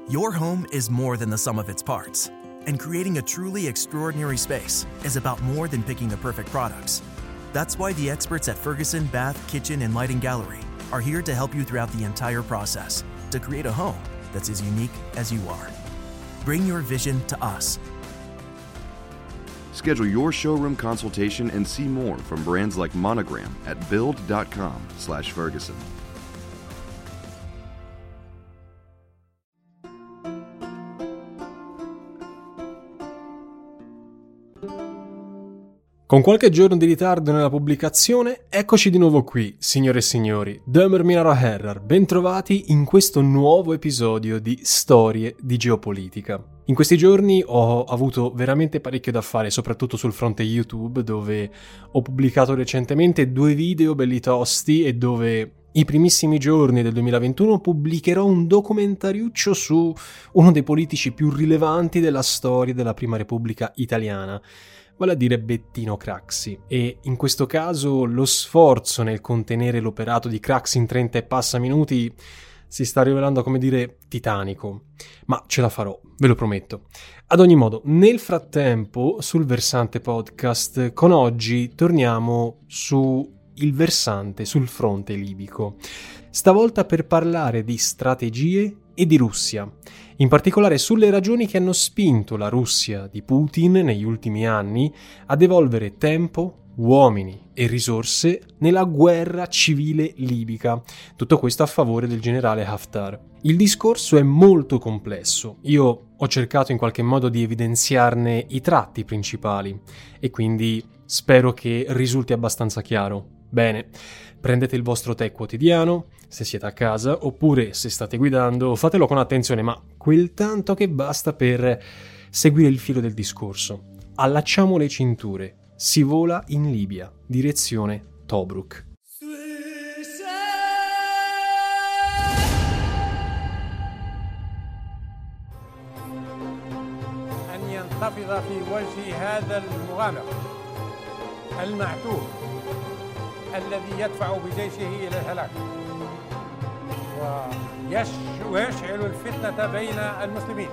Your home is more than the sum of its parts, and creating a truly extraordinary space is about more than picking the perfect products. That's why the experts at Ferguson Bath, Kitchen, and Lighting Gallery are here to help you throughout the entire process to create a home that's as unique as you are. Bring your vision to us. Schedule your showroom consultation and see more from brands like Monogram at build.com/Ferguson. Con qualche giorno di ritardo nella pubblicazione, eccoci di nuovo qui, signore e signori, Dömer Minaro Herrar, bentrovati in questo nuovo episodio di Storie di Geopolitica. In questi giorni ho avuto veramente parecchio da fare, soprattutto sul fronte YouTube, dove ho pubblicato recentemente 2 video belli tosti e dove i primissimi giorni del 2021 pubblicherò un documentariuccio su uno dei politici più rilevanti della storia della Prima Repubblica Italiana, vale a dire Bettino Craxi, e in questo caso lo sforzo nel contenere l'operato di Craxi in 30 e passa minuti si sta rivelando, come dire, titanico, ma ce la farò, ve lo prometto. Ad ogni modo, nel frattempo, sul versante podcast, con oggi torniamo sul fronte libico, stavolta per parlare di strategie e di Russia, in particolare sulle ragioni che hanno spinto la Russia di Putin negli ultimi anni ad evolvere tempo, uomini e risorse nella guerra civile libica, tutto questo a favore del generale Haftar. Il discorso è molto complesso, io ho cercato in qualche modo di evidenziarne i tratti principali e quindi spero che risulti abbastanza chiaro. Bene, prendete il vostro tè quotidiano, se siete a casa, oppure se state guidando, fatelo con attenzione, ma quel tanto che basta per seguire il filo del discorso. Allacciamo le cinture, si vola in Libia, direzione Tobruk. أن ينتفض في وجه هذا المغامر المعتوه الذي يدفع بجيشه إلى الهلاك ويشعل الفتنة بين المسلمين.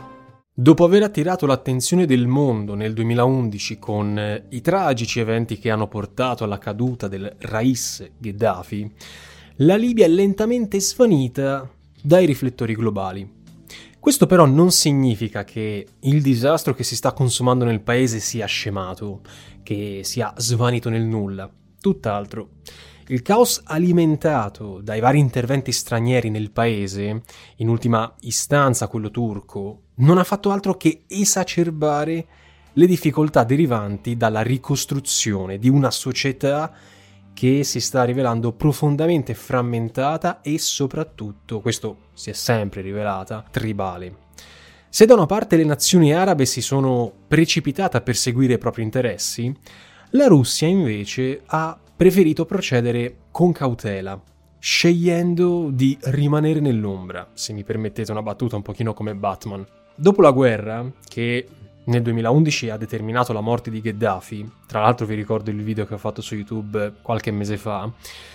Dopo aver attirato l'attenzione del mondo nel 2011 con i tragici eventi che hanno portato alla caduta del Rais Gheddafi, la Libia è lentamente svanita dai riflettori globali. Questo però non significa che il disastro che si sta consumando nel paese sia scemato, che sia svanito nel nulla. Tutt'altro. Il caos alimentato dai vari interventi stranieri nel paese, in ultima istanza quello turco, non ha fatto altro che esacerbare le difficoltà derivanti dalla ricostruzione di una società che si sta rivelando profondamente frammentata e soprattutto, questo si è sempre rivelata, tribale. Se da una parte le nazioni arabe si sono precipitate a perseguire i propri interessi, la Russia invece ha preferito procedere con cautela, scegliendo di rimanere nell'ombra, se mi permettete una battuta un pochino come Batman. Dopo la guerra, che nel 2011 ha determinato la morte di Gheddafi, tra l'altro vi ricordo il video che ho fatto su YouTube qualche mese fa,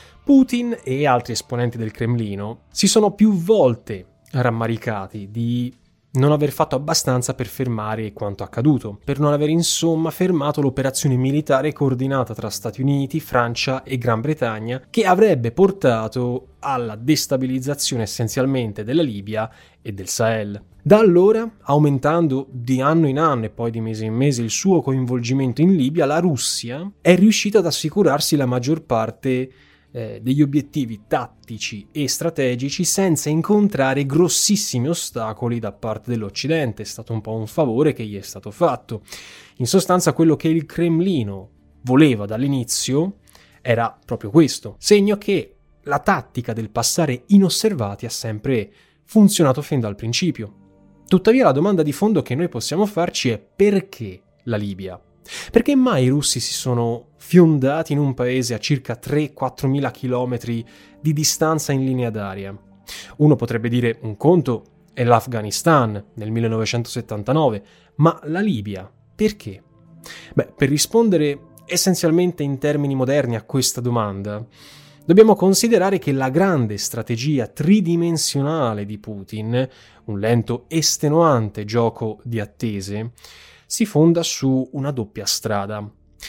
Putin e altri esponenti del Cremlino si sono più volte rammaricati di non aver fatto abbastanza per fermare quanto accaduto, per non aver insomma fermato l'operazione militare coordinata tra Stati Uniti, Francia e Gran Bretagna che avrebbe portato alla destabilizzazione essenzialmente della Libia e del Sahel. Da allora, aumentando di anno in anno e poi di mese in mese il suo coinvolgimento in Libia, la Russia è riuscita ad assicurarsi la maggior parte degli obiettivi tattici e strategici senza incontrare grossissimi ostacoli da parte dell'Occidente. È stato un po' un favore che gli è stato fatto. In sostanza quello che il Cremlino voleva dall'inizio era proprio questo, segno che la tattica del passare inosservati ha sempre funzionato fin dal principio. Tuttavia la domanda di fondo che noi possiamo farci è: perché la Libia? Perché mai i russi si sono fiondati in un paese a circa 3-4 mila chilometri di distanza in linea d'aria? Uno potrebbe dire un conto è l'Afghanistan nel 1979, ma la Libia perché? Beh, per rispondere essenzialmente in termini moderni a questa domanda, dobbiamo considerare che la grande strategia tridimensionale di Putin, un lento estenuante gioco di attese, si fonda su una doppia strada.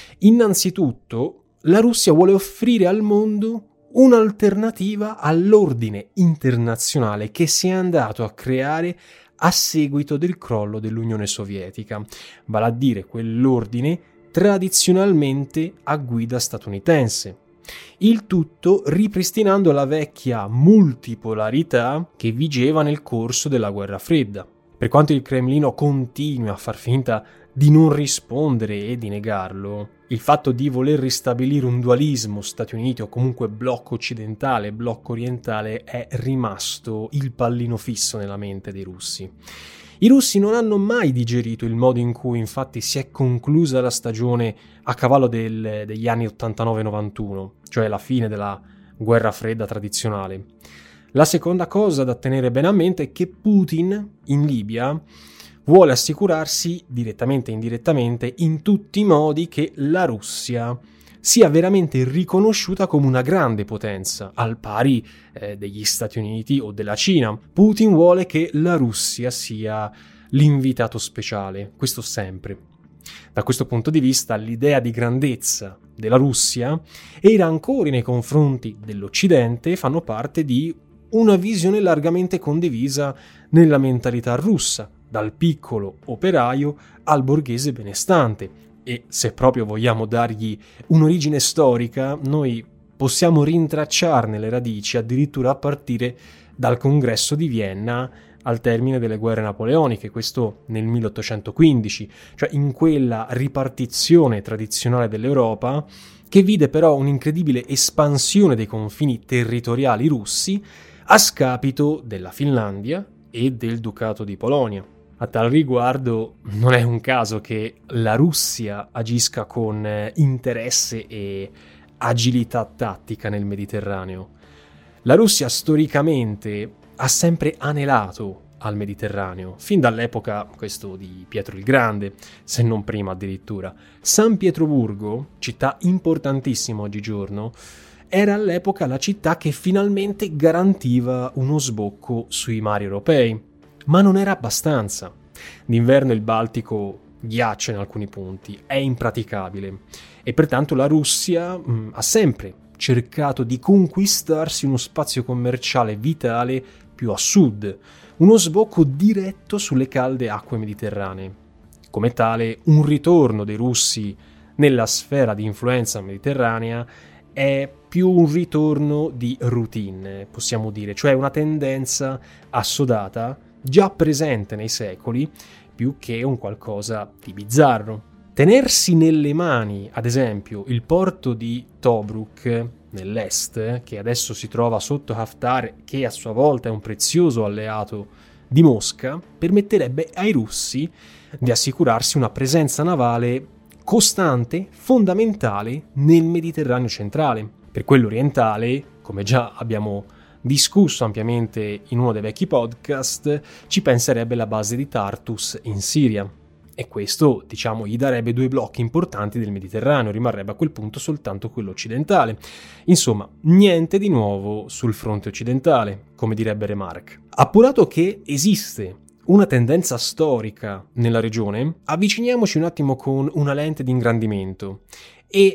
Innanzitutto, la Russia vuole offrire al mondo un'alternativa all'ordine internazionale che si è andato a creare a seguito del crollo dell'Unione Sovietica, vale a dire quell'ordine tradizionalmente a guida statunitense. Il tutto ripristinando la vecchia multipolarità che vigeva nel corso della Guerra Fredda. Per quanto il Cremlino continui a far finta di non rispondere e di negarlo, il fatto di voler ristabilire un dualismo Stati Uniti o comunque blocco occidentale, blocco orientale è rimasto il pallino fisso nella mente dei russi. I russi non hanno mai digerito il modo in cui infatti si è conclusa la stagione a cavallo degli anni 89-91, cioè la fine della guerra fredda tradizionale. La seconda cosa da tenere bene a mente è che Putin in Libia vuole assicurarsi direttamente e indirettamente in tutti i modi che la Russia sia veramente riconosciuta come una grande potenza, al pari degli Stati Uniti o della Cina. Putin vuole che la Russia sia l'invitato speciale, questo sempre. Da questo punto di vista, l'idea di grandezza della Russia e i rancori nei confronti dell'Occidente fanno parte di una visione largamente condivisa nella mentalità russa, dal piccolo operaio al borghese benestante. E se proprio vogliamo dargli un'origine storica, noi possiamo rintracciarne le radici addirittura a partire dal congresso di Vienna al termine delle guerre napoleoniche, questo nel 1815, cioè in quella ripartizione tradizionale dell'Europa che vide però un'incredibile espansione dei confini territoriali russi a scapito della Finlandia e del Ducato di Polonia. A tal riguardo non è un caso che la Russia agisca con interesse e agilità tattica nel Mediterraneo. La Russia storicamente ha sempre anelato al Mediterraneo, fin dall'epoca questo di Pietro il Grande, se non prima addirittura. San Pietroburgo, città importantissima oggigiorno, era all'epoca la città che finalmente garantiva uno sbocco sui mari europei. Ma non era abbastanza. D'inverno il Baltico ghiaccia in alcuni punti, è impraticabile e pertanto la Russia ha sempre cercato di conquistarsi uno spazio commerciale vitale più a sud, uno sbocco diretto sulle calde acque mediterranee. Come tale, un ritorno dei russi nella sfera di influenza mediterranea è più un ritorno di routine, possiamo dire, cioè una tendenza assodata già presente nei secoli, più che un qualcosa di bizzarro. Tenersi nelle mani, ad esempio, il porto di Tobruk nell'est, che adesso si trova sotto Haftar, che a sua volta è un prezioso alleato di Mosca, permetterebbe ai russi di assicurarsi una presenza navale costante, fondamentale nel Mediterraneo centrale. Per quello orientale, come già abbiamo discusso ampiamente in uno dei vecchi podcast, ci penserebbe la base di Tartus in Siria. E questo, gli darebbe due blocchi importanti del Mediterraneo, rimarrebbe a quel punto soltanto quello occidentale. Insomma, niente di nuovo sul fronte occidentale, come direbbe Remarque. Appurato che esiste una tendenza storica nella regione, avviciniamoci un attimo con una lente di ingrandimento e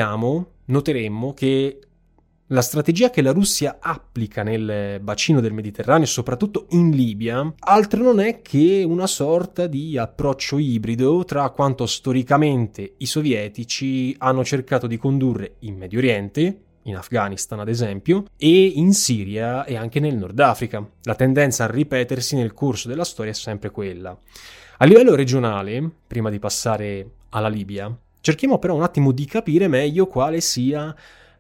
noteremmo che la strategia che la Russia applica nel bacino del Mediterraneo, soprattutto in Libia, altro non è che una sorta di approccio ibrido tra quanto storicamente i sovietici hanno cercato di condurre in Medio Oriente, in Afghanistan ad esempio, e in Siria e anche nel Nord Africa. La tendenza a ripetersi nel corso della storia è sempre quella. A livello regionale, prima di passare alla Libia, cerchiamo però un attimo di capire meglio quale sia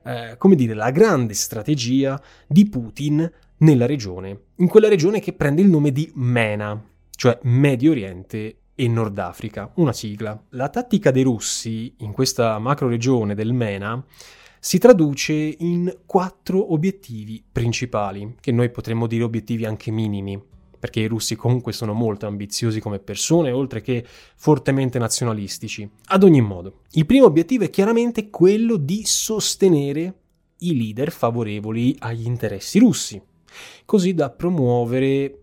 la grande strategia di Putin nella regione, in quella regione che prende il nome di MENA, cioè Medio Oriente e Nord Africa, una sigla. La tattica dei russi in questa macro regione del MENA si traduce in 4 obiettivi principali, che noi potremmo dire obiettivi anche minimi, perché i russi comunque sono molto ambiziosi come persone, oltre che fortemente nazionalistici. Ad ogni modo, il primo obiettivo è chiaramente quello di sostenere i leader favorevoli agli interessi russi, così da promuovere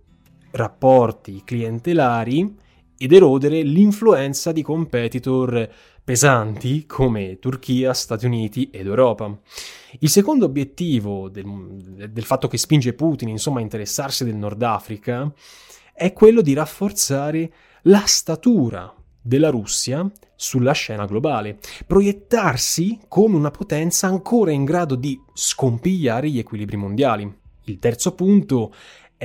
rapporti clientelari ed erodere l'influenza di competitor pesanti come Turchia, Stati Uniti ed Europa. Il secondo obiettivo del fatto che spinge Putin, insomma, a interessarsi del Nord Africa è quello di rafforzare la statura della Russia sulla scena globale, proiettarsi come una potenza ancora in grado di scompigliare gli equilibri mondiali. Il terzo punto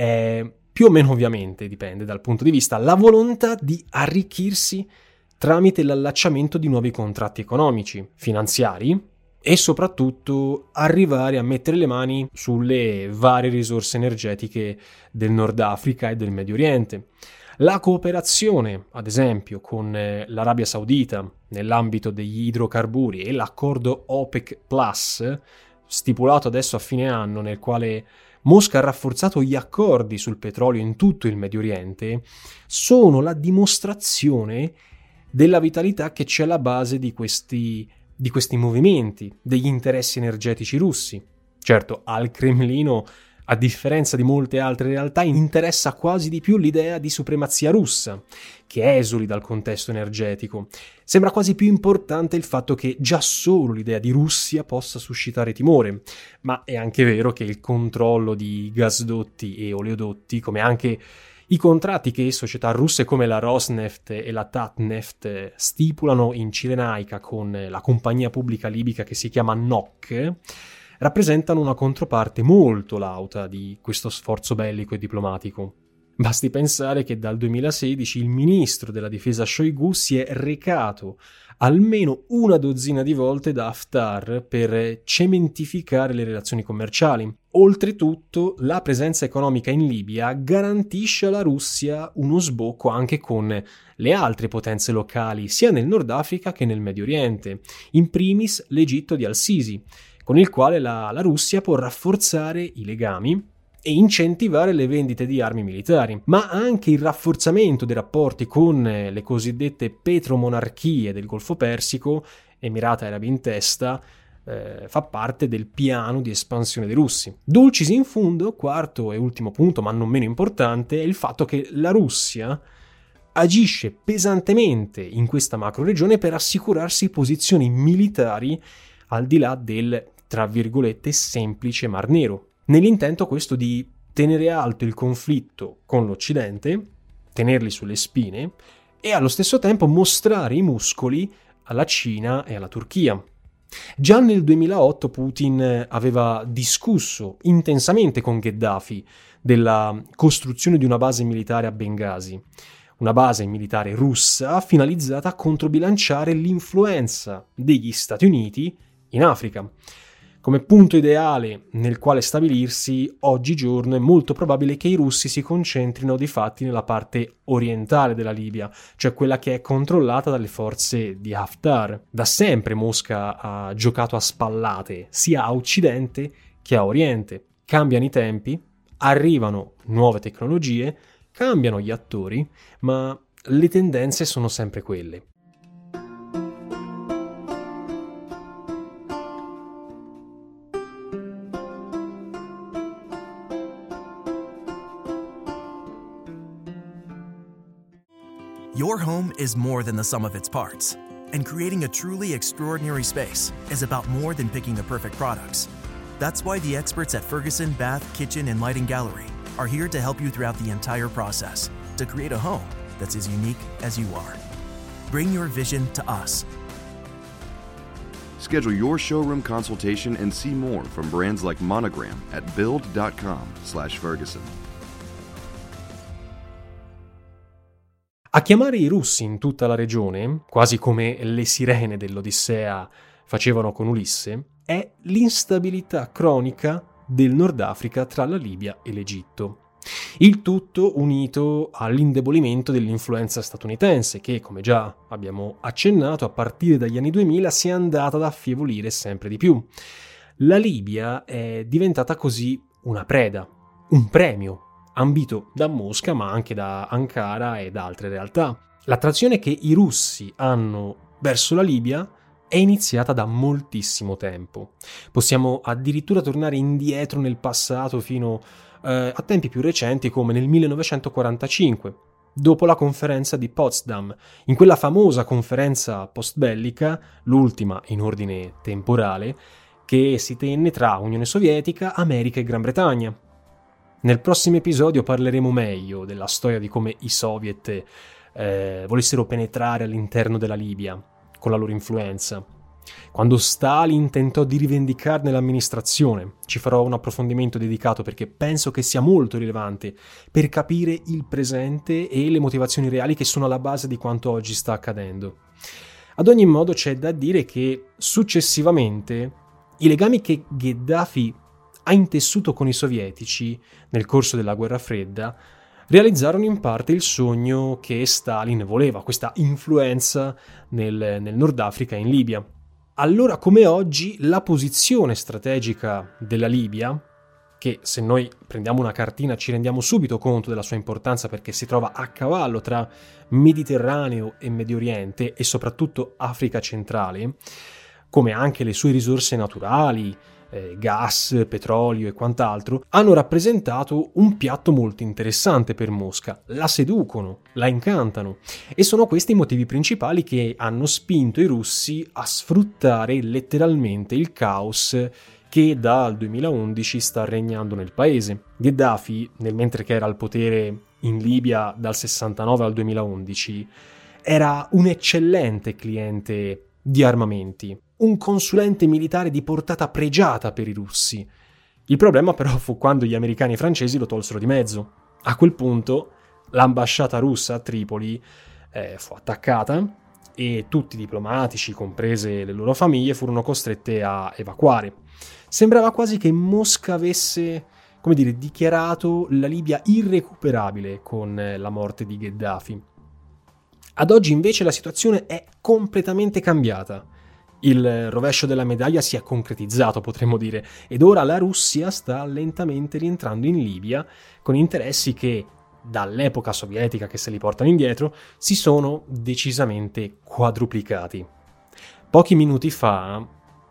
è più o meno, ovviamente, dipende dal punto di vista, la volontà di arricchirsi tramite l'allacciamento di nuovi contratti economici, finanziari e soprattutto arrivare a mettere le mani sulle varie risorse energetiche del Nord Africa e del Medio Oriente. La cooperazione, ad esempio, con l'Arabia Saudita nell'ambito degli idrocarburi e l'accordo OPEC Plus, stipulato adesso a fine anno, nel quale Mosca ha rafforzato gli accordi sul petrolio in tutto il Medio Oriente, sono la dimostrazione della vitalità che c'è alla base di questi movimenti, degli interessi energetici russi. Certo, al Cremlino, a differenza di molte altre realtà, interessa quasi di più l'idea di supremazia russa, che esuli dal contesto energetico. Sembra quasi più importante il fatto che già solo l'idea di Russia possa suscitare timore, ma è anche vero che il controllo di gasdotti e oleodotti, come anche i contratti che società russe come la Rosneft e la Tatneft stipulano in Cirenaica con la compagnia pubblica libica che si chiama NOC, rappresentano una controparte molto lauta di questo sforzo bellico e diplomatico. Basti pensare che dal 2016 il ministro della difesa Shoigu si è recato almeno una dozzina di volte da Haftar per cementificare le relazioni commerciali. Oltretutto, la presenza economica in Libia garantisce alla Russia uno sbocco anche con le altre potenze locali, sia nel Nord Africa che nel Medio Oriente, in primis l'Egitto di Al-Sisi, con il quale la Russia può rafforzare i legami e incentivare le vendite di armi militari, ma anche il rafforzamento dei rapporti con le cosiddette petromonarchie del Golfo Persico, Emirati Arabi in testa, fa parte del piano di espansione dei russi. Dulcis in fundo, quarto e ultimo punto, ma non meno importante, è il fatto che la Russia agisce pesantemente in questa macroregione per assicurarsi posizioni militari al di là del, tra virgolette, semplice Mar Nero, nell'intento questo di tenere alto il conflitto con l'Occidente, tenerli sulle spine e allo stesso tempo mostrare i muscoli alla Cina e alla Turchia. Già nel 2008 Putin aveva discusso intensamente con Gheddafi della costruzione di una base militare a Bengasi, una base militare russa finalizzata a controbilanciare l'influenza degli Stati Uniti in Africa. Come punto ideale nel quale stabilirsi, oggigiorno è molto probabile che i russi si concentrino di fatti nella parte orientale della Libia, cioè quella che è controllata dalle forze di Haftar. Da sempre Mosca ha giocato a spallate, sia a occidente che a oriente. Cambiano i tempi, arrivano nuove tecnologie, cambiano gli attori, ma le tendenze sono sempre quelle. Your home is more than the sum of its parts, and creating a truly extraordinary space is about more than picking the perfect products. That's why the experts at Ferguson Bath, Kitchen, and Lighting Gallery are here to help you throughout the entire process to create a home that's as unique as you are. Bring your vision to us. Schedule your showroom consultation and see more from brands like Monogram at build.com/Ferguson. A chiamare i russi in tutta la regione, quasi come le sirene dell'Odissea facevano con Ulisse, è l'instabilità cronica del Nord Africa tra la Libia e l'Egitto. Il tutto unito all'indebolimento dell'influenza statunitense che, come già abbiamo accennato, a partire dagli anni 2000 si è andata ad affievolire sempre di più. La Libia è diventata così una preda, un premio, ambito da Mosca ma anche da Ankara e da altre realtà. L'attrazione che i russi hanno verso la Libia è iniziata da moltissimo tempo. Possiamo addirittura tornare indietro nel passato fino a tempi più recenti, come nel 1945, dopo la conferenza di Potsdam. In quella famosa conferenza post-bellica, l'ultima in ordine temporale, che si tenne tra Unione Sovietica, America e Gran Bretagna. Nel prossimo episodio parleremo meglio della storia di come i soviet volessero penetrare all'interno della Libia con la loro influenza. Quando Stalin tentò di rivendicarne l'amministrazione, ci farò un approfondimento dedicato perché penso che sia molto rilevante per capire il presente e le motivazioni reali che sono alla base di quanto oggi sta accadendo. Ad ogni modo c'è da dire che successivamente i legami che Gheddafi ha intessuto con i sovietici nel corso della guerra fredda realizzarono in parte il sogno che Stalin voleva, questa influenza nel Nord Africa e in Libia. Allora come oggi la posizione strategica della Libia, che se noi prendiamo una cartina ci rendiamo subito conto della sua importanza perché si trova a cavallo tra Mediterraneo e Medio Oriente e soprattutto Africa centrale, come anche le sue risorse naturali, gas, petrolio e quant'altro, hanno rappresentato un piatto molto interessante per Mosca. La seducono, la incantano e sono questi i motivi principali che hanno spinto i russi a sfruttare letteralmente il caos che dal 2011 sta regnando nel paese. Gheddafi, mentre che era al potere in Libia dal 69 al 2011, era un eccellente cliente di armamenti, un consulente militare di portata pregiata per i russi. Il problema però fu quando gli americani e i francesi lo tolsero di mezzo. A quel punto l'ambasciata russa a Tripoli fu attaccata e tutti i diplomatici, comprese le loro famiglie, furono costrette a evacuare. Sembrava quasi che Mosca avesse, dichiarato la Libia irrecuperabile con la morte di Gheddafi. Ad oggi invece la situazione è completamente cambiata. Il rovescio della medaglia si è concretizzato, potremmo dire, ed ora la Russia sta lentamente rientrando in Libia con interessi che, dall'epoca sovietica che se li portano indietro, si sono decisamente quadruplicati. Pochi minuti fa,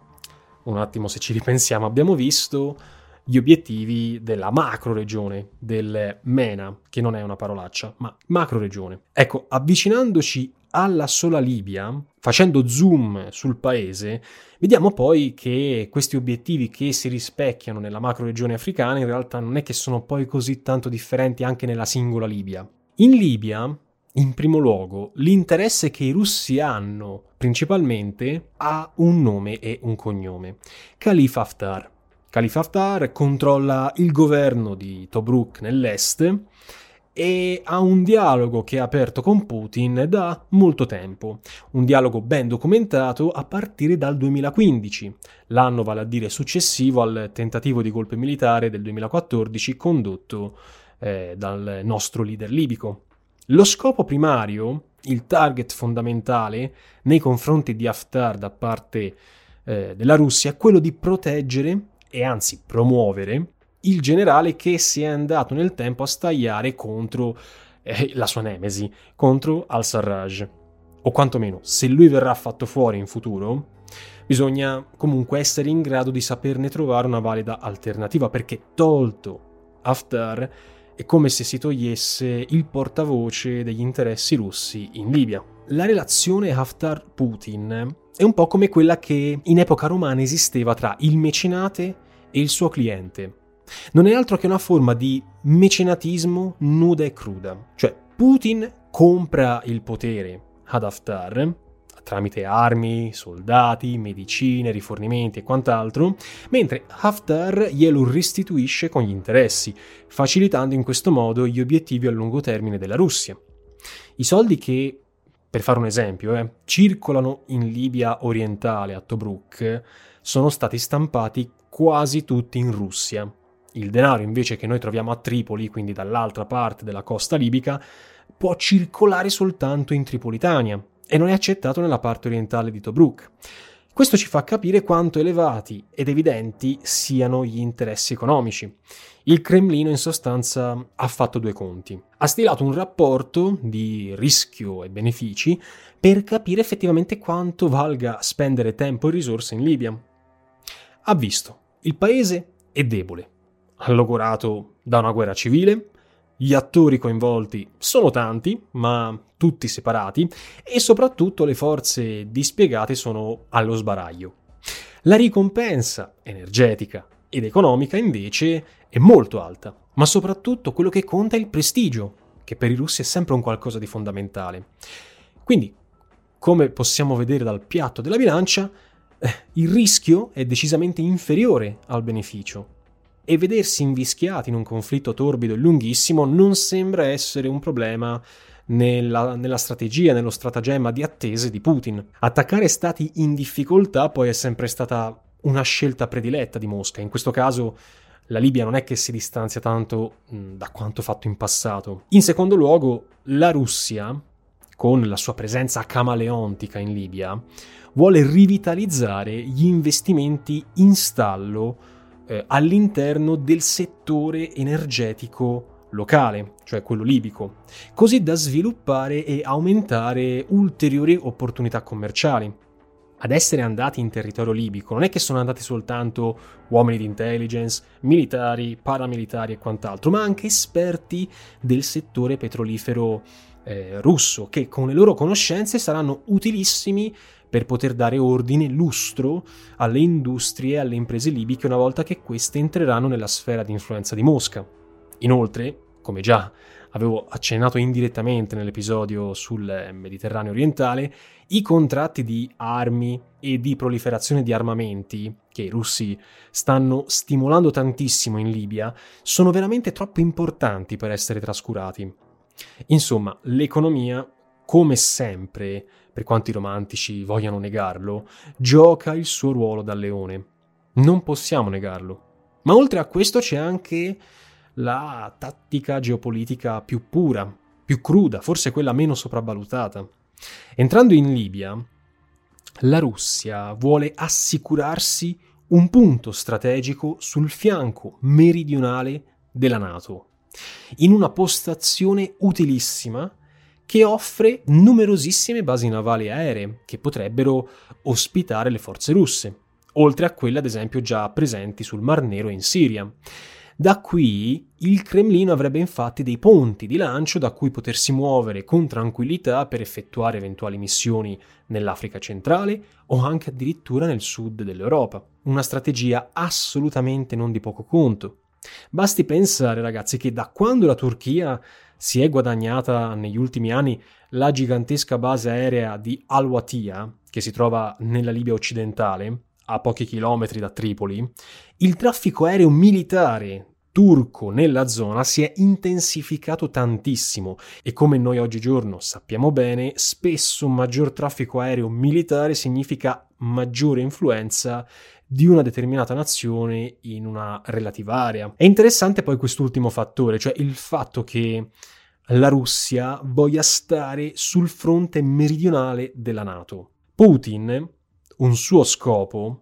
un attimo se ci ripensiamo, abbiamo visto gli obiettivi della macro-regione, del MENA, che non è una parolaccia, ma macro-regione. Ecco, avvicinandoci alla sola Libia, facendo zoom sul paese, vediamo poi che questi obiettivi che si rispecchiano nella macro-regione africana in realtà non è che sono poi così tanto differenti anche nella singola Libia. In Libia, in primo luogo, l'interesse che i russi hanno principalmente ha un nome e un cognome: Khalifa Haftar. Khalifa Haftar controlla il governo di Tobruk nell'est e ha un dialogo che ha aperto con Putin da molto tempo, un dialogo ben documentato a partire dal 2015, l'anno vale a dire successivo al tentativo di golpe militare del 2014 condotto dal nostro leader libico. Lo scopo primario, il target fondamentale nei confronti di Haftar da parte della Russia è quello di proteggere e anzi promuovere il generale che si è andato nel tempo a stagliare contro la sua nemesi, contro al-Sarraj. O quantomeno, se lui verrà fatto fuori in futuro, bisogna comunque essere in grado di saperne trovare una valida alternativa, perché tolto Haftar è come se si togliesse il portavoce degli interessi russi in Libia. La relazione Haftar-Putin è un po' come quella che in epoca romana esisteva tra il mecenate e il suo cliente. Non è altro che una forma di mecenatismo nuda e cruda. Cioè, Putin compra il potere ad Haftar tramite armi, soldati, medicine, rifornimenti e quant'altro, mentre Haftar glielo restituisce con gli interessi, facilitando in questo modo gli obiettivi a lungo termine della Russia. I soldi che, per fare un esempio, circolano in Libia orientale a Tobruk sono stati stampati quasi tutti in Russia. Il denaro invece che noi troviamo a Tripoli, quindi dall'altra parte della costa libica, può circolare soltanto in Tripolitania e non è accettato nella parte orientale di Tobruk. Questo ci fa capire quanto elevati ed evidenti siano gli interessi economici. Il Cremlino in sostanza ha fatto due conti. Ha stilato un rapporto di rischio e benefici per capire effettivamente quanto valga spendere tempo e risorse in Libia. Ha visto, il paese è debole, logorato da una guerra civile, gli attori coinvolti sono tanti, ma tutti separati, e soprattutto le forze dispiegate sono allo sbaraglio. La ricompensa energetica ed economica invece è molto alta, ma soprattutto quello che conta è il prestigio, che per i russi è sempre un qualcosa di fondamentale. Quindi, come possiamo vedere dal piatto della bilancia, il rischio è decisamente inferiore al beneficio. E vedersi invischiati in un conflitto torbido e lunghissimo non sembra essere un problema nella strategia, nello stratagemma di attese di Putin. Attaccare stati in difficoltà poi è sempre stata una scelta prediletta di Mosca. In questo caso la Libia non è che si distanzia tanto da quanto fatto in passato. In secondo luogo, la Russia, con la sua presenza camaleontica in Libia, vuole rivitalizzare gli investimenti in stallo all'interno del settore energetico locale, cioè quello libico, così da sviluppare e aumentare ulteriori opportunità commerciali. Ad essere andati in territorio libico non è che sono andati soltanto uomini di intelligence, militari, paramilitari e quant'altro, ma anche esperti del settore petrolifero russo, che con le loro conoscenze saranno utilissimi per poter dare ordine, lustro alle industrie e alle imprese libiche una volta che queste entreranno nella sfera di influenza di Mosca. Inoltre, come già avevo accennato indirettamente nell'episodio sul Mediterraneo orientale, i contratti di armi e di proliferazione di armamenti che i russi stanno stimolando tantissimo in Libia sono veramente troppo importanti per essere trascurati. Insomma, l'economia, come sempre, per quanto i romantici vogliano negarlo, gioca il suo ruolo da leone. Non possiamo negarlo. Ma oltre a questo c'è anche la tattica geopolitica più pura, più cruda, forse quella meno sopravvalutata. Entrando in Libia, la Russia vuole assicurarsi un punto strategico sul fianco meridionale della NATO, in una postazione utilissima che offre numerosissime basi navali e aeree che potrebbero ospitare le forze russe, oltre a quelle ad esempio già presenti sul Mar Nero e in Siria. Da qui il Cremlino avrebbe infatti dei ponti di lancio da cui potersi muovere con tranquillità per effettuare eventuali missioni nell'Africa centrale o anche addirittura nel sud dell'Europa. Una strategia assolutamente non di poco conto. Basti pensare, ragazzi, che da quando la Turchia si è guadagnata negli ultimi anni la gigantesca base aerea di Al-Watiya, che si trova nella Libia occidentale, a pochi chilometri da Tripoli, il traffico aereo militare turco nella zona si è intensificato tantissimo e, come noi oggigiorno sappiamo bene, spesso maggior traffico aereo militare significa maggiore influenza di una determinata nazione in una relativa area. È interessante poi quest'ultimo fattore, cioè il fatto che la Russia voglia stare sul fronte meridionale della NATO. Putin, un suo scopo,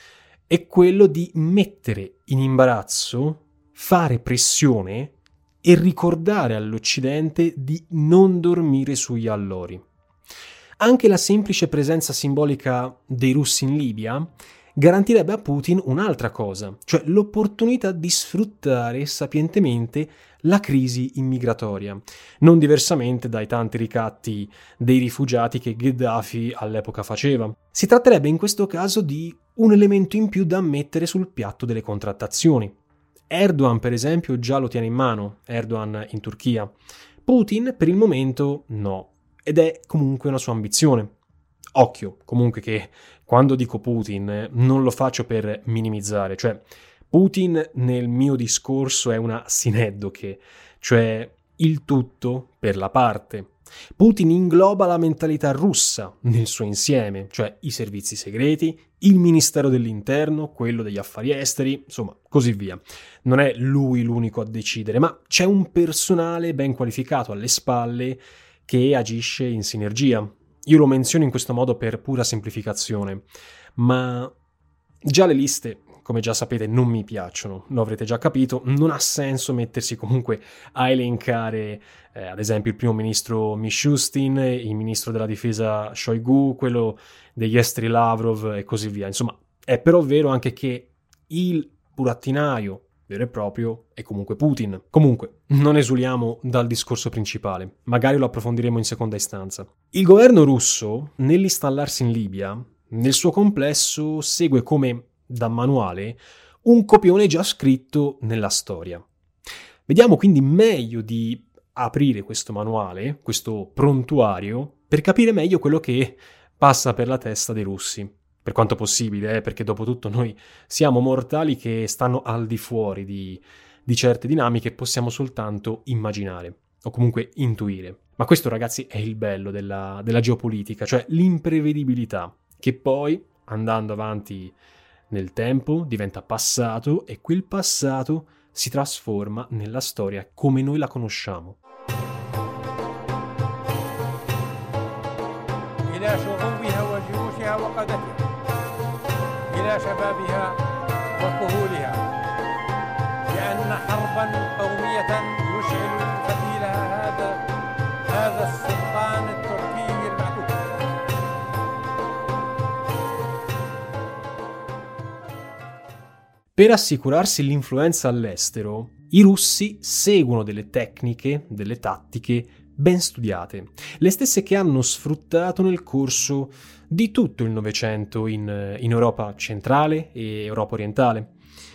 è quello di mettere in imbarazzo, fare pressione e ricordare all'Occidente di non dormire sugli allori. Anche la semplice presenza simbolica dei russi in Libia garantirebbe a Putin un'altra cosa, cioè l'opportunità di sfruttare sapientemente la crisi immigratoria, non diversamente dai tanti ricatti dei rifugiati che Gheddafi all'epoca faceva. Si tratterebbe in questo caso di un elemento in più da mettere sul piatto delle contrattazioni. Erdogan, per esempio, già lo tiene in mano, Erdogan in Turchia. Putin, per il momento, no, ed è comunque una sua ambizione. Occhio, comunque, che quando dico Putin non lo faccio per minimizzare, cioè Putin nel mio discorso è una sineddoche, cioè il tutto per la parte. Putin ingloba la mentalità russa nel suo insieme, cioè i servizi segreti, il Ministero dell'Interno, quello degli affari esteri, insomma, così via. Non è lui l'unico a decidere, ma c'è un personale ben qualificato alle spalle che agisce in sinergia. Io lo menziono in questo modo per pura semplificazione, ma già le liste, come già sapete, non mi piacciono, lo avrete già capito, non ha senso mettersi comunque a elencare ad esempio il primo ministro Mishustin, il ministro della difesa Shoigu, quello degli esteri Lavrov e così via. Insomma, è però vero anche che il burattinaio vero e proprio è comunque Putin. Comunque, non esuliamo dal discorso principale, magari lo approfondiremo in seconda istanza. Il governo russo, nell'installarsi in Libia, nel suo complesso segue come da manuale un copione già scritto nella storia. Vediamo quindi meglio di aprire questo manuale, questo prontuario, per capire meglio quello che passa per la testa dei russi. Per quanto possibile, perché dopo tutto noi siamo mortali che stanno al di fuori di certe dinamiche, possiamo soltanto immaginare o comunque intuire. Ma questo, ragazzi, è il bello della geopolitica, cioè l'imprevedibilità, che poi, andando avanti nel tempo, diventa passato e quel passato si trasforma nella storia come noi la conosciamo. إلى شعوبها وجيوشها وقادتها إلى شبابها وكهولها لأن حربا قومية يشعل فتيلها هذا السلطان التركي المعتوه. Per assicurarsi l'influenza all'estero, i russi seguono delle tecniche, delle tattiche ben studiate, le stesse che hanno sfruttato nel corso di tutto il Novecento in Europa centrale e Europa orientale.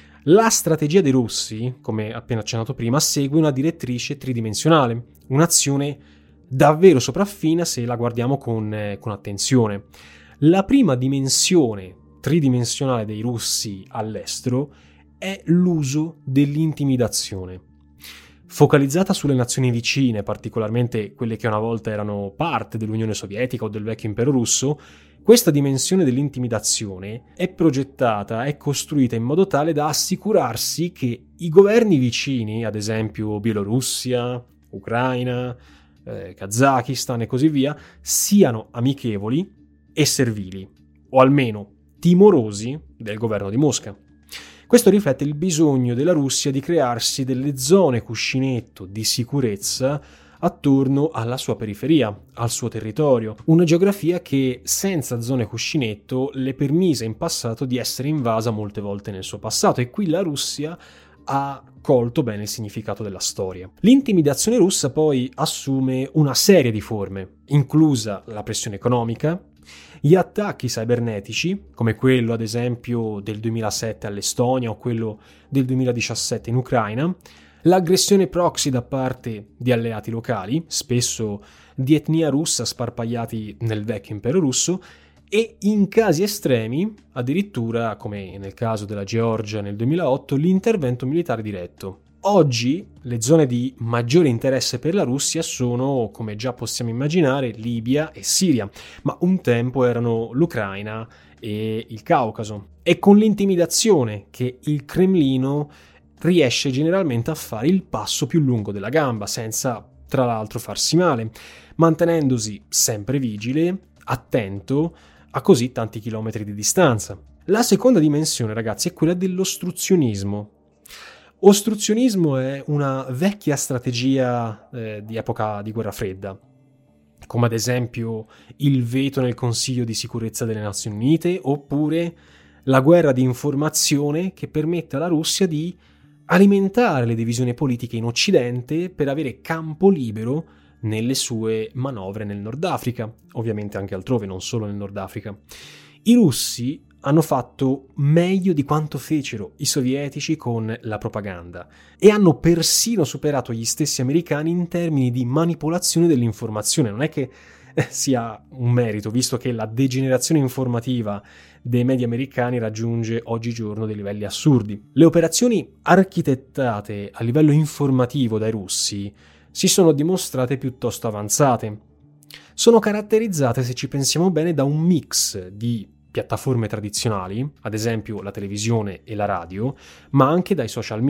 La strategia dei russi, come appena accennato prima, segue una direttrice tridimensionale, un'azione davvero sopraffina se la guardiamo con attenzione. La prima dimensione tridimensionale dei russi all'estero è l'uso dell'intimidazione. Focalizzata sulle nazioni vicine, particolarmente quelle che una volta erano parte dell'Unione Sovietica o del vecchio impero russo, questa dimensione dell'intimidazione è progettata, è costruita in modo tale da assicurarsi che i governi vicini, ad esempio Bielorussia, Ucraina, Kazakistan e così via, siano amichevoli e servili, o almeno timorosi del governo di Mosca. Questo riflette il bisogno della Russia di crearsi delle zone cuscinetto di sicurezza attorno alla sua periferia, al suo territorio, una geografia che senza zone cuscinetto le permise in passato di essere invasa molte volte nel suo passato, e qui la Russia ha colto bene il significato della storia. L'intimidazione russa poi assume una serie di forme, inclusa la pressione economica, gli attacchi cibernetici, come quello ad esempio del 2007 all'Estonia o quello del 2017 in Ucraina, l'aggressione proxy da parte di alleati locali, spesso di etnia russa sparpagliati nel vecchio impero russo, e in casi estremi, addirittura, come nel caso della Georgia nel 2008, l'intervento militare diretto. Oggi le zone di maggiore interesse per la Russia sono, come già possiamo immaginare, Libia e Siria, ma un tempo erano l'Ucraina e il Caucaso. È con l'intimidazione che il Cremlino riesce generalmente a fare il passo più lungo della gamba, senza tra l'altro farsi male, mantenendosi sempre vigile, attento a così tanti chilometri di distanza. La seconda dimensione, ragazzi, è quella dell'ostruzionismo. Ostruzionismo è una vecchia strategia di epoca di guerra fredda, come ad esempio il veto nel Consiglio di sicurezza delle Nazioni Unite, oppure la guerra di informazione che permette alla Russia di alimentare le divisioni politiche in Occidente per avere campo libero nelle sue manovre nel Nord Africa, ovviamente anche altrove, non solo nel Nord Africa. I russi hanno fatto meglio di quanto fecero i sovietici con la propaganda e hanno persino superato gli stessi americani in termini di manipolazione dell'informazione. Non è che sia un merito, visto che la degenerazione informativa dei media americani raggiunge oggigiorno dei livelli assurdi. Le operazioni architettate a livello informativo dai russi si sono dimostrate piuttosto avanzate. Sono caratterizzate, se ci pensiamo bene, da un mix di piattaforme tradizionali, ad esempio la televisione e la radio, ma anche dai social media.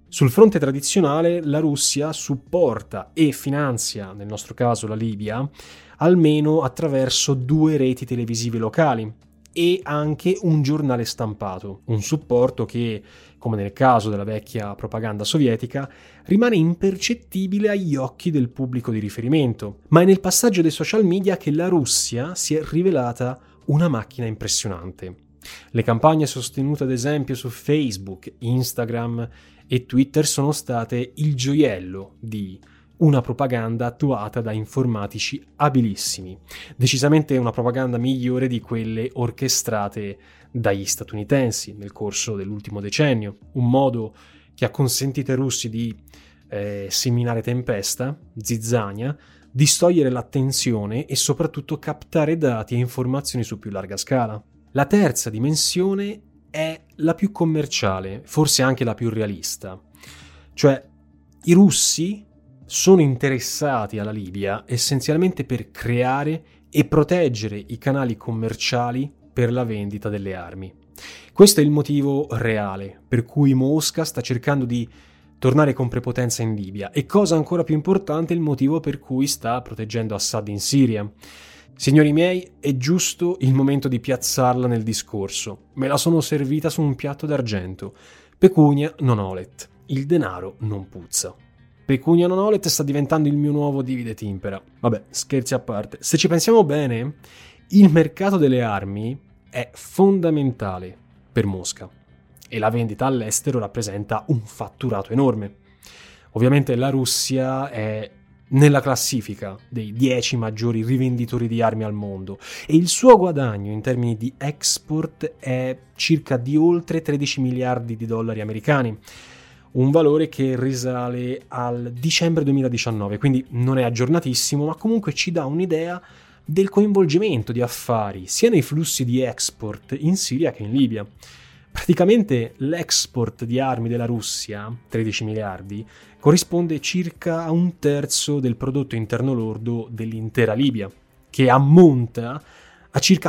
Sul fronte tradizionale la Russia supporta e finanzia, nel nostro caso la Libia, almeno attraverso 2 reti televisive locali e anche un giornale stampato, un supporto che, come nel caso della vecchia propaganda sovietica, rimane impercettibile agli occhi del pubblico di riferimento, ma è nel passaggio dei social media che la Russia si è rivelata una macchina impressionante. Le campagne sostenute ad esempio su Facebook, Instagram e Twitter sono state il gioiello di una propaganda attuata da informatici abilissimi, decisamente una propaganda migliore di quelle orchestrate dagli statunitensi nel corso dell'ultimo decennio, un modo che ha consentito ai russi di seminare tempesta, zizzania, distogliere l'attenzione e soprattutto captare dati e informazioni su più larga scala. La terza dimensione è la più commerciale, forse anche la più realista. Cioè, i russi sono interessati alla Libia essenzialmente per creare e proteggere i canali commerciali per la vendita delle armi. Questo è il motivo reale per cui Mosca sta cercando di tornare con prepotenza in Libia e, cosa ancora più importante, il motivo per cui sta proteggendo Assad in Siria. Signori miei, è giusto il momento di piazzarla nel discorso. Me la sono servita su un piatto d'argento. Pecunia non olet. Il denaro non puzza. Pecunia non olet sta diventando il mio nuovo divide et impera. Vabbè, scherzi a parte. Se ci pensiamo bene, il mercato delle armi è fondamentale per Mosca e la vendita all'estero rappresenta un fatturato enorme. Ovviamente la Russia è nella classifica dei 10 maggiori rivenditori di armi al mondo e il suo guadagno in termini di export è circa di oltre 13 miliardi di dollari americani, un valore che risale al dicembre 2019, quindi non è aggiornatissimo, ma comunque ci dà un'idea del coinvolgimento di affari sia nei flussi di export in Siria che in Libia. Praticamente l'export di armi della Russia, 13 miliardi, corrisponde circa a 1/3 del prodotto interno lordo dell'intera Libia, che ammonta a circa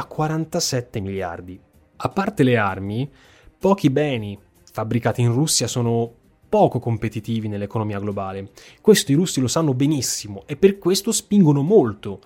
47 miliardi. A parte le armi, pochi beni fabbricati in Russia sono poco competitivi nell'economia globale. Questo i russi lo sanno benissimo e per questo spingono molto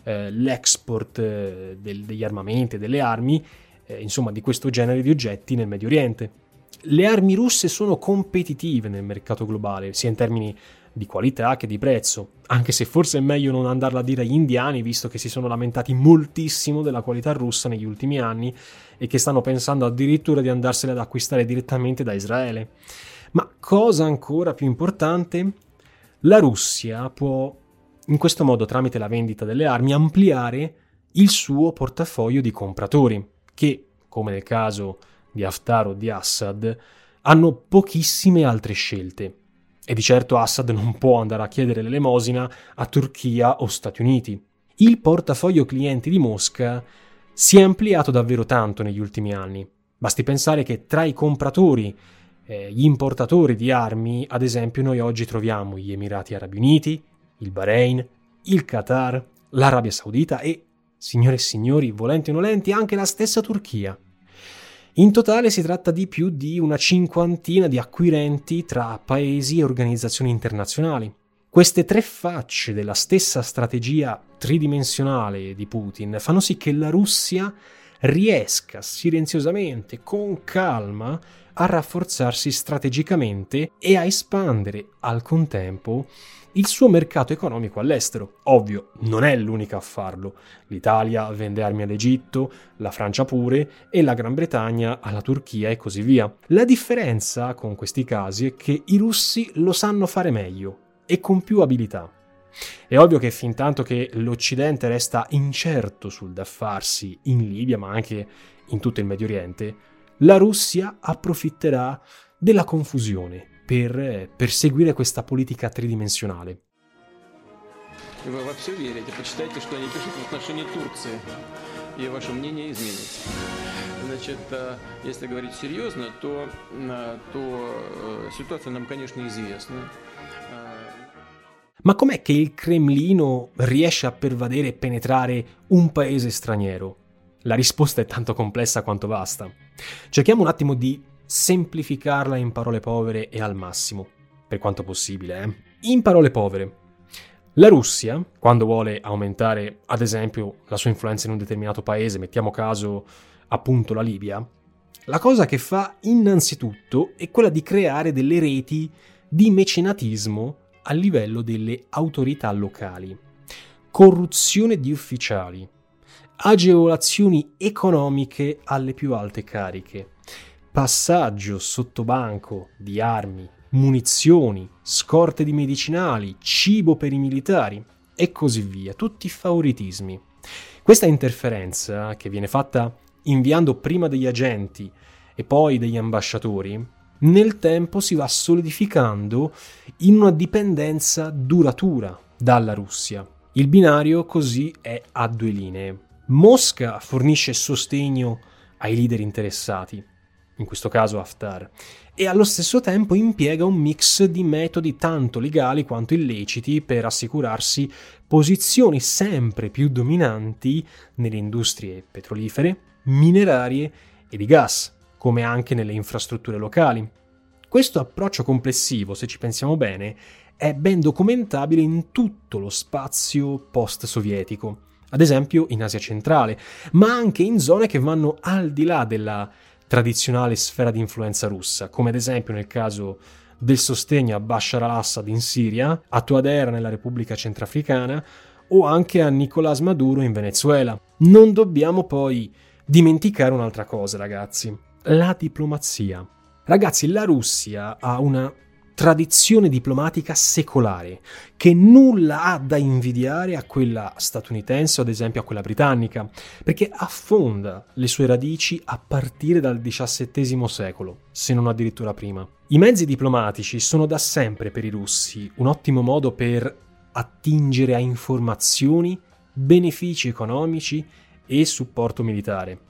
l'export degli armamenti e delle armi, insomma di questo genere di oggetti nel Medio Oriente. Le armi russe sono competitive nel mercato globale, sia in termini di qualità che di prezzo, anche se forse è meglio non andarla a dire agli indiani, visto che si sono lamentati moltissimo della qualità russa negli ultimi anni e che stanno pensando addirittura di andarsene ad acquistare direttamente da Israele. Ma cosa ancora più importante, la Russia può in questo modo, tramite la vendita delle armi, ampliare il suo portafoglio di compratori, che, come nel caso di Haftar o di Assad, hanno pochissime altre scelte. E di certo Assad non può andare a chiedere l'elemosina a Turchia o Stati Uniti. Il portafoglio clienti di Mosca si è ampliato davvero tanto negli ultimi anni. Basti pensare che tra i compratori, gli importatori di armi, ad esempio, noi oggi troviamo gli Emirati Arabi Uniti, il Bahrain, il Qatar, l'Arabia Saudita e, signore e signori, volenti o nolenti, anche la stessa Turchia. In totale si tratta di più di una 50 di acquirenti tra paesi e organizzazioni internazionali. Queste 3 facce della stessa strategia tridimensionale di Putin fanno sì che la Russia riesca silenziosamente, con calma, a rafforzarsi strategicamente e a espandere al contempo il suo mercato economico all'estero. Ovvio, non è l'unica a farlo. L'Italia vende armi all'Egitto, la Francia pure, e la Gran Bretagna alla Turchia e così via. La differenza con questi casi è che i russi lo sanno fare meglio e con più abilità. È ovvio che fintanto che l'Occidente resta incerto sul da farsi in Libia, ma anche in tutto il Medio Oriente, la Russia approfitterà della confusione per perseguire questa politica tridimensionale. Вы во все верите, почитайте, что они пишут в отношении Турции, и ваше мнение изменится. Значит, если говорить серьезно, то ситуация нам, конечно, известна. Ma com'è che il Cremlino riesce a pervadere e penetrare un paese straniero? La risposta è tanto complessa quanto vasta. Cerchiamo un attimo di semplificarla in parole povere e al massimo, per quanto possibile. In parole povere, la Russia, quando vuole aumentare, ad esempio, la sua influenza in un determinato paese, mettiamo caso appunto la Libia, la cosa che fa innanzitutto è quella di creare delle reti di mecenatismo a livello delle autorità locali, corruzione di ufficiali, agevolazioni economiche alle più alte cariche, passaggio sottobanco di armi, munizioni, scorte di medicinali, cibo per i militari e così via, tutti favoritismi. Questa interferenza, che viene fatta inviando prima degli agenti e poi degli ambasciatori, nel tempo si va solidificando in una dipendenza duratura dalla Russia. Il binario così è a due linee. Mosca fornisce sostegno ai leader interessati, in questo caso Haftar, e allo stesso tempo impiega un mix di metodi tanto legali quanto illeciti per assicurarsi posizioni sempre più dominanti nelle industrie petrolifere, minerarie e di gas, come anche nelle infrastrutture locali. Questo approccio complessivo, se ci pensiamo bene, è ben documentabile in tutto lo spazio post-sovietico, ad esempio in Asia centrale, ma anche in zone che vanno al di là della tradizionale sfera di influenza russa, come ad esempio nel caso del sostegno a Bashar al-Assad in Siria, a Touadéra nella Repubblica Centrafricana o anche a Nicolás Maduro in Venezuela. Non dobbiamo poi dimenticare un'altra cosa, ragazzi: la diplomazia. Ragazzi, la Russia ha una tradizione diplomatica secolare che nulla ha da invidiare a quella statunitense o ad esempio a quella britannica, perché affonda le sue radici a partire dal XVII secolo, se non addirittura prima. I mezzi diplomatici sono da sempre per i russi un ottimo modo per attingere a informazioni, benefici economici e supporto militare.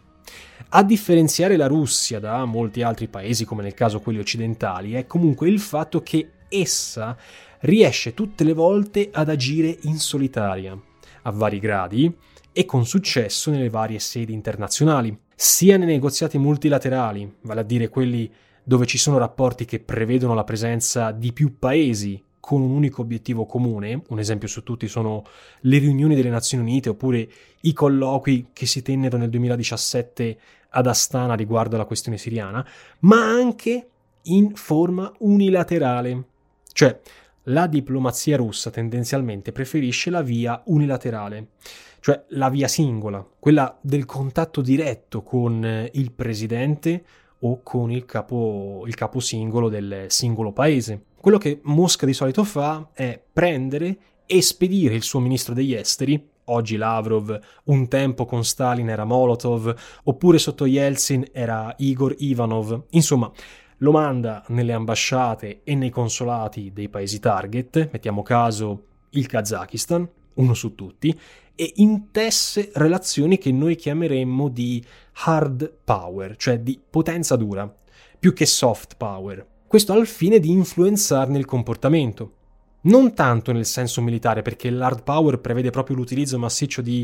A differenziare la Russia da molti altri paesi, come nel caso quelli occidentali, è comunque il fatto che essa riesce tutte le volte ad agire in solitaria, a vari gradi e con successo nelle varie sedi internazionali, sia nei negoziati multilaterali, vale a dire quelli dove ci sono rapporti che prevedono la presenza di più paesi con un unico obiettivo comune. Un esempio su tutti sono le riunioni delle Nazioni Unite oppure i colloqui che si tennero nel 2017 ad Astana riguardo alla questione siriana, ma anche in forma unilaterale. Cioè, la diplomazia russa tendenzialmente preferisce la via unilaterale, cioè la via singola, quella del contatto diretto con il presidente o con il capo singolo del singolo paese. Quello che Mosca di solito fa è prendere e spedire il suo ministro degli esteri, oggi Lavrov, un tempo con Stalin era Molotov, oppure sotto Yeltsin era Igor Ivanov, insomma lo manda nelle ambasciate e nei consolati dei paesi target, mettiamo caso il Kazakistan, uno su tutti, e intesse relazioni che noi chiameremmo di hard power, cioè di potenza dura, più che soft power. Questo al fine di influenzarne il comportamento. Non tanto nel senso militare, perché l'hard power prevede proprio l'utilizzo massiccio di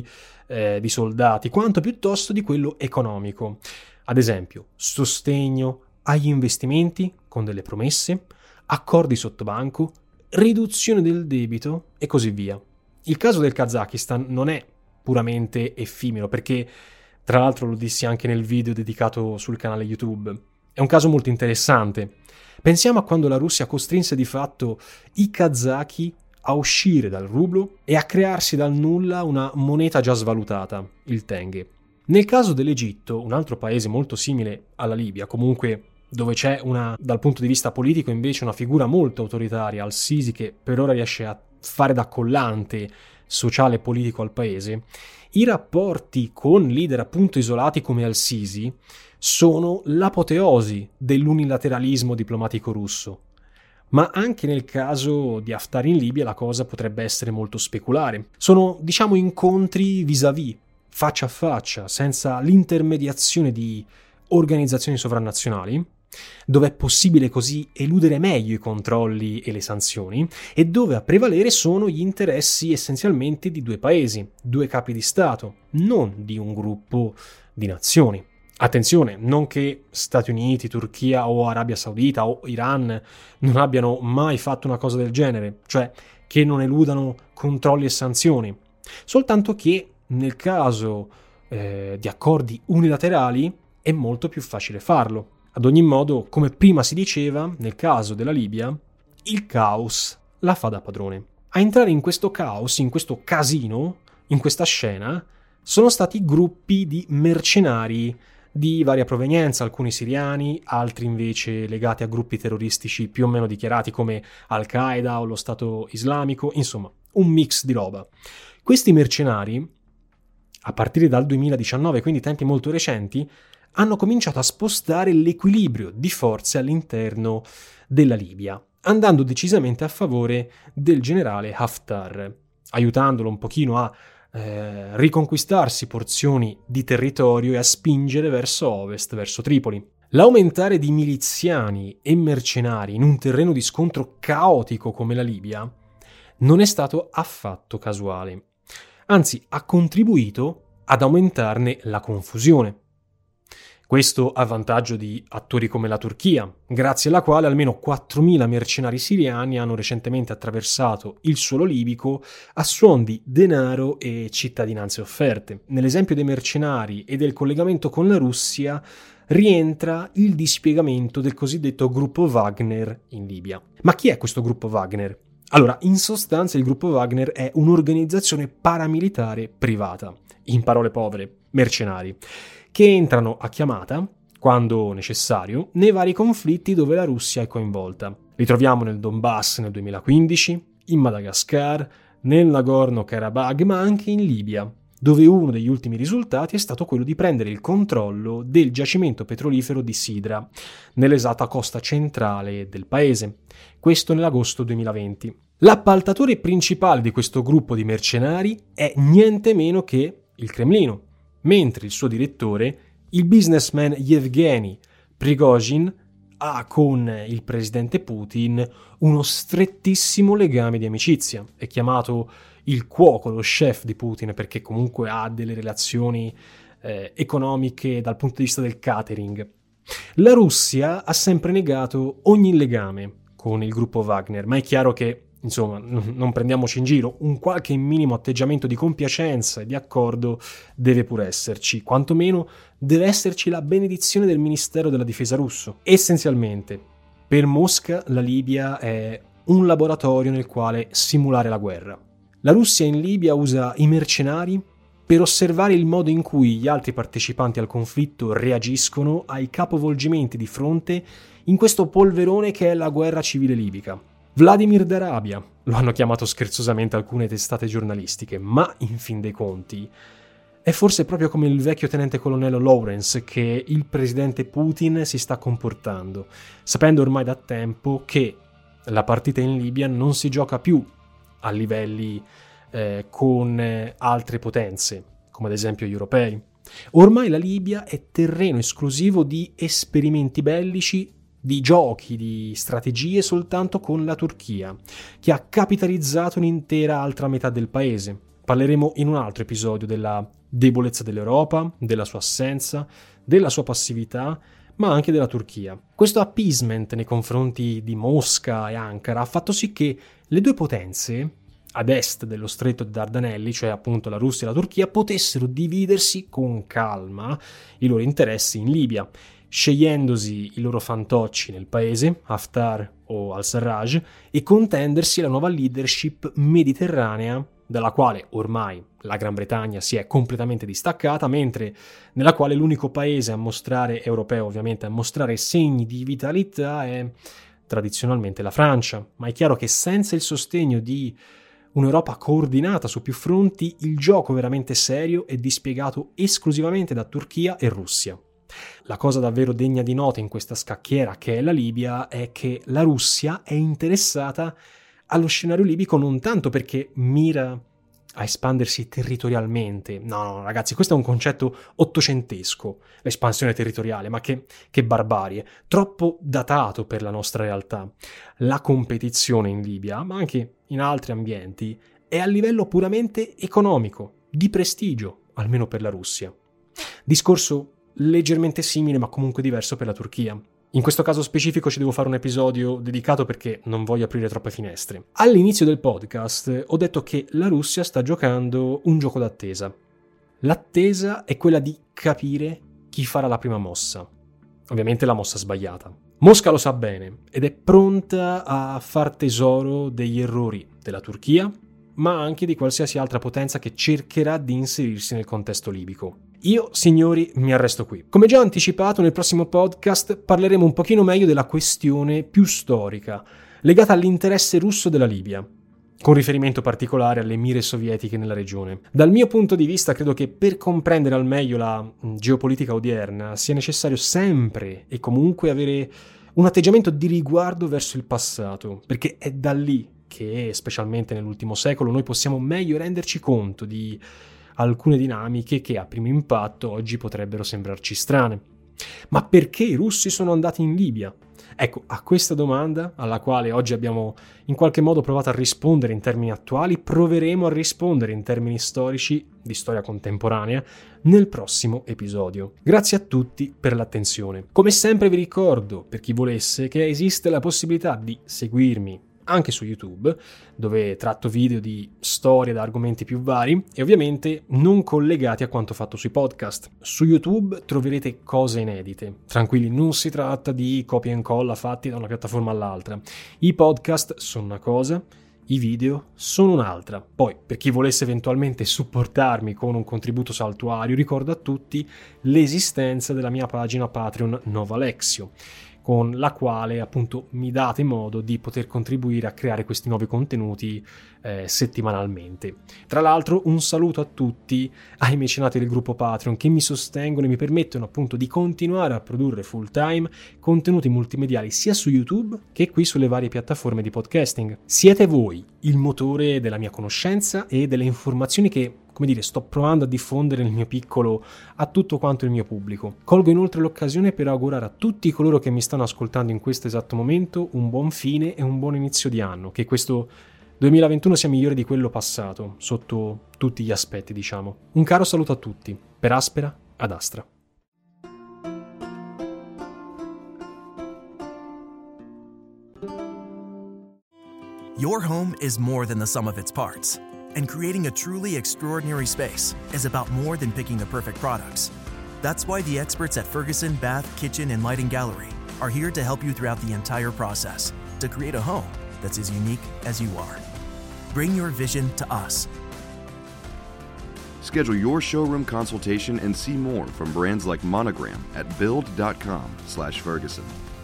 soldati, quanto piuttosto di quello economico. Ad esempio, sostegno agli investimenti con delle promesse, accordi sottobanco, riduzione del debito e così via. Il caso del Kazakistan non è puramente effimero, perché tra l'altro lo dissi anche nel video dedicato sul canale YouTube. È un caso molto interessante. Pensiamo a quando la Russia costrinse di fatto i kazaki a uscire dal rublo e a crearsi dal nulla una moneta già svalutata, il tenge. Nel caso dell'Egitto, un altro paese molto simile alla Libia, comunque dove c'è dal punto di vista politico invece una figura molto autoritaria, al-Sisi, che per ora riesce a fare da collante sociale e politico al paese, i rapporti con leader appunto isolati come al-Sisi sono l'apoteosi dell'unilateralismo diplomatico russo. Ma anche nel caso di Haftar in Libia la cosa potrebbe essere molto speculare. Sono, diciamo, incontri vis-à-vis, faccia a faccia, senza l'intermediazione di organizzazioni sovranazionali, dove è possibile così eludere meglio i controlli e le sanzioni, e dove a prevalere sono gli interessi essenzialmente di due paesi, due capi di Stato, non di un gruppo di nazioni. Attenzione, non che Stati Uniti, Turchia o Arabia Saudita o Iran non abbiano mai fatto una cosa del genere, cioè che non eludano controlli e sanzioni, soltanto che nel caso di accordi unilaterali è molto più facile farlo. Ad ogni modo, come prima si diceva, nel caso della Libia, il caos la fa da padrone. A entrare in questo caos, in questo casino, in questa scena, sono stati gruppi di mercenari di varia provenienza, alcuni siriani, altri invece legati a gruppi terroristici più o meno dichiarati come Al-Qaeda o lo Stato Islamico, insomma, un mix di roba. Questi mercenari, a partire dal 2019, quindi tempi molto recenti, hanno cominciato a spostare l'equilibrio di forze all'interno della Libia, andando decisamente a favore del generale Haftar, aiutandolo un pochino a riconquistarsi porzioni di territorio e a spingere verso ovest, verso Tripoli. L'aumentare di miliziani e mercenari in un terreno di scontro caotico come la Libia non è stato affatto casuale, anzi ha contribuito ad aumentarne la confusione. Questo a vantaggio di attori come la Turchia, grazie alla quale almeno 4.000 mercenari siriani hanno recentemente attraversato il suolo libico a suon di denaro e cittadinanze offerte. Nell'esempio dei mercenari e del collegamento con la Russia rientra il dispiegamento del cosiddetto gruppo Wagner in Libia. Ma chi è questo gruppo Wagner? Allora, in sostanza il gruppo Wagner è un'organizzazione paramilitare privata, in parole povere, mercenari, che entrano a chiamata, quando necessario, nei vari conflitti dove la Russia è coinvolta. Li troviamo nel Donbass nel 2015, in Madagascar, nel Nagorno-Karabakh, ma anche in Libia, dove uno degli ultimi risultati è stato quello di prendere il controllo del giacimento petrolifero di Sidra, nell'esatta costa centrale del paese. Questo nell'agosto 2020. L'appaltatore principale di questo gruppo di mercenari è niente meno che il Cremlino, mentre il suo direttore, il businessman Yevgeny Prigozhin, ha con il presidente Putin uno strettissimo legame di amicizia. È chiamato il cuoco, lo chef di Putin, perché comunque ha delle relazioni economiche dal punto di vista del catering. La Russia ha sempre negato ogni legame con il gruppo Wagner, ma è chiaro che, insomma, non prendiamoci in giro, un qualche minimo atteggiamento di compiacenza e di accordo deve pure esserci, quantomeno deve esserci la benedizione del Ministero della Difesa russo. Essenzialmente, per Mosca la Libia è un laboratorio nel quale simulare la guerra. La Russia in Libia usa i mercenari per osservare il modo in cui gli altri partecipanti al conflitto reagiscono ai capovolgimenti di fronte in questo polverone che è la guerra civile libica. Vladimir d'Arabia, lo hanno chiamato scherzosamente alcune testate giornalistiche, ma in fin dei conti è forse proprio come il vecchio tenente colonnello Lawrence che il presidente Putin si sta comportando, sapendo ormai da tempo che la partita in Libia non si gioca più a livelli con altre potenze, come ad esempio gli europei. Ormai la Libia è terreno esclusivo di esperimenti bellici, di giochi, di strategie soltanto con la Turchia, che ha capitalizzato un'intera altra metà del paese. Parleremo in un altro episodio della debolezza dell'Europa, della sua assenza, della sua passività, ma anche della Turchia. Questo appeasement nei confronti di Mosca e Ankara ha fatto sì che le due potenze ad est dello stretto di Dardanelli, cioè appunto la Russia e la Turchia, potessero dividersi con calma i loro interessi in Libia, scegliendosi i loro fantocci nel paese, Haftar o al-Sarraj, e contendersi la nuova leadership mediterranea, dalla quale ormai la Gran Bretagna si è completamente distaccata, mentre nella quale l'unico paese a mostrare, europeo ovviamente, a mostrare segni di vitalità è tradizionalmente la Francia. Ma è chiaro che senza il sostegno di un'Europa coordinata su più fronti, il gioco veramente serio è dispiegato esclusivamente da Turchia e Russia. La cosa davvero degna di nota in questa scacchiera che è la Libia è che la Russia è interessata allo scenario libico non tanto perché mira a espandersi territorialmente. No, ragazzi, questo è un concetto ottocentesco, l'espansione territoriale, ma che barbarie, troppo datato per la nostra realtà. La competizione in Libia, ma anche in altri ambienti, è a livello puramente economico, di prestigio, almeno per la Russia. Discorso leggermente simile ma comunque diverso per la Turchia. In questo caso specifico ci devo fare un episodio dedicato perché non voglio aprire troppe finestre. All'inizio del podcast ho detto che la Russia sta giocando un gioco d'attesa. L'attesa è quella di capire chi farà la prima mossa. Ovviamente la mossa sbagliata. Mosca lo sa bene ed è pronta a far tesoro degli errori della Turchia, ma anche di qualsiasi altra potenza che cercherà di inserirsi nel contesto libico. Io, signori, mi arresto qui. Come già anticipato, nel prossimo podcast parleremo un pochino meglio della questione più storica, legata all'interesse russo della Libia, con riferimento particolare alle mire sovietiche nella regione. Dal mio punto di vista, credo che per comprendere al meglio la geopolitica odierna sia necessario sempre e comunque avere un atteggiamento di riguardo verso il passato, perché è da lì che, specialmente nell'ultimo secolo, noi possiamo meglio renderci conto di alcune dinamiche che a primo impatto oggi potrebbero sembrarci strane. Ma perché i russi sono andati in Libia? Ecco, a questa domanda, alla quale oggi abbiamo in qualche modo provato a rispondere in termini attuali, proveremo a rispondere in termini storici, di storia contemporanea, nel prossimo episodio. Grazie a tutti per l'attenzione. Come sempre vi ricordo, per chi volesse, che esiste la possibilità di seguirmi anche su YouTube, dove tratto video di storie da argomenti più vari e ovviamente non collegati a quanto fatto sui podcast. Su YouTube troverete cose inedite. Tranquilli, non si tratta di copia e incolla fatti da una piattaforma all'altra. I podcast sono una cosa, i video sono un'altra. Poi, per chi volesse eventualmente supportarmi con un contributo saltuario, ricordo a tutti l'esistenza della mia pagina Patreon Novalexio, con la quale appunto mi date modo di poter contribuire a creare questi nuovi contenuti settimanalmente. Tra l'altro un saluto a tutti ai mecenati del gruppo Patreon che mi sostengono e mi permettono appunto di continuare a produrre full time contenuti multimediali sia su YouTube che qui sulle varie piattaforme di podcasting. Siete voi il motore della mia conoscenza e delle informazioni che, come dire, sto provando a diffondere nel mio piccolo a tutto quanto il mio pubblico. Colgo inoltre l'occasione per augurare a tutti coloro che mi stanno ascoltando in questo esatto momento un buon fine e un buon inizio di anno, che questo 2021 sia migliore di quello passato, sotto tutti gli aspetti, diciamo. Un caro saluto a tutti, per Aspera ad Astra. Your home is more than the sum of its parts. And creating a truly extraordinary space is about more than picking the perfect products. That's why the experts at Ferguson Bath, Kitchen, and Lighting Gallery are here to help you throughout the entire process to create a home that's as unique as you are. Bring your vision to us. Schedule your showroom consultation and see more from brands like Monogram at build.com/Ferguson.